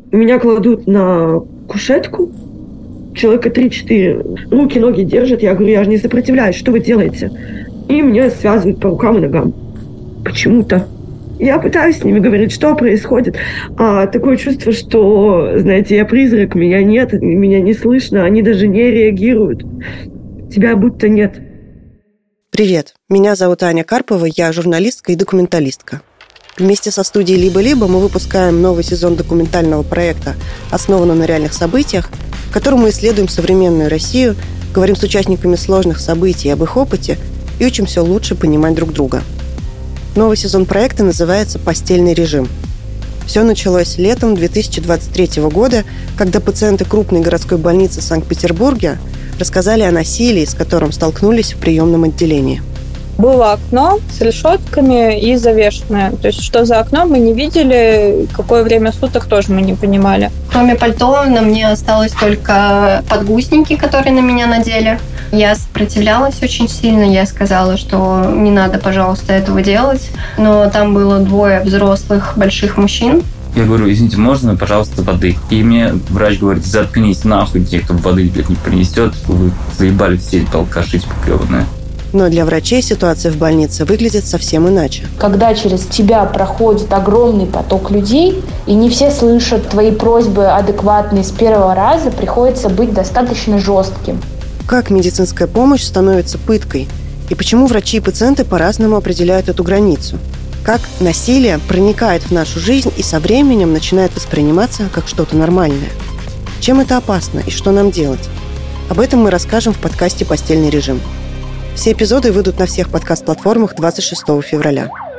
Меня кладут на кушетку, человека 3-4, руки, ноги держат. Я говорю, я же не сопротивляюсь, что вы делаете? И меня связывают по рукам и ногам. Почему-то. Я пытаюсь с ними говорить, что происходит. А такое чувство, что, знаете, я призрак, меня нет, меня не слышно, они даже не реагируют. Тебя будто нет. Привет, меня зовут Аня Карпова, я журналистка и документалистка. Вместе со студией «Либо-либо» мы выпускаем новый сезон документального проекта, основанного на реальных событиях, в котором мы исследуем современную Россию, говорим с участниками сложных событий об их опыте и учимся лучше понимать друг друга. Новый сезон проекта называется «Постельный режим». Все началось летом 2023 года, когда пациенты крупной городской больницы в Санкт-Петербурге рассказали о насилии, с которым столкнулись в приемном отделении. Было окно с решетками и завешенное. То есть, что за окно, мы не видели, какое время суток тоже мы не понимали. Кроме пальто на мне осталось только подгузники, которые на меня надели. Я сопротивлялась очень сильно. Я сказала, что не надо, пожалуйста, этого делать. Но там было 2 взрослых больших мужчин. Я говорю, извините, можно, пожалуйста, воды? И мне врач говорит, заткнись нахуй, те, кто воды, блядь, не принесет. Вы заебали все алкаши поклеванные. Но для врачей ситуация в больнице выглядит совсем иначе. Когда через тебя проходит огромный поток людей, и не все слышат твои просьбы адекватные с первого раза, приходится быть достаточно жестким. Как медицинская помощь становится пыткой? И почему врачи и пациенты по-разному определяют эту границу? Как насилие проникает в нашу жизнь и со временем начинает восприниматься как что-то нормальное? Чем это опасно и что нам делать? Об этом мы расскажем в подкасте «Постельный режим». Все эпизоды выйдут на всех подкаст-платформах 26 февраля.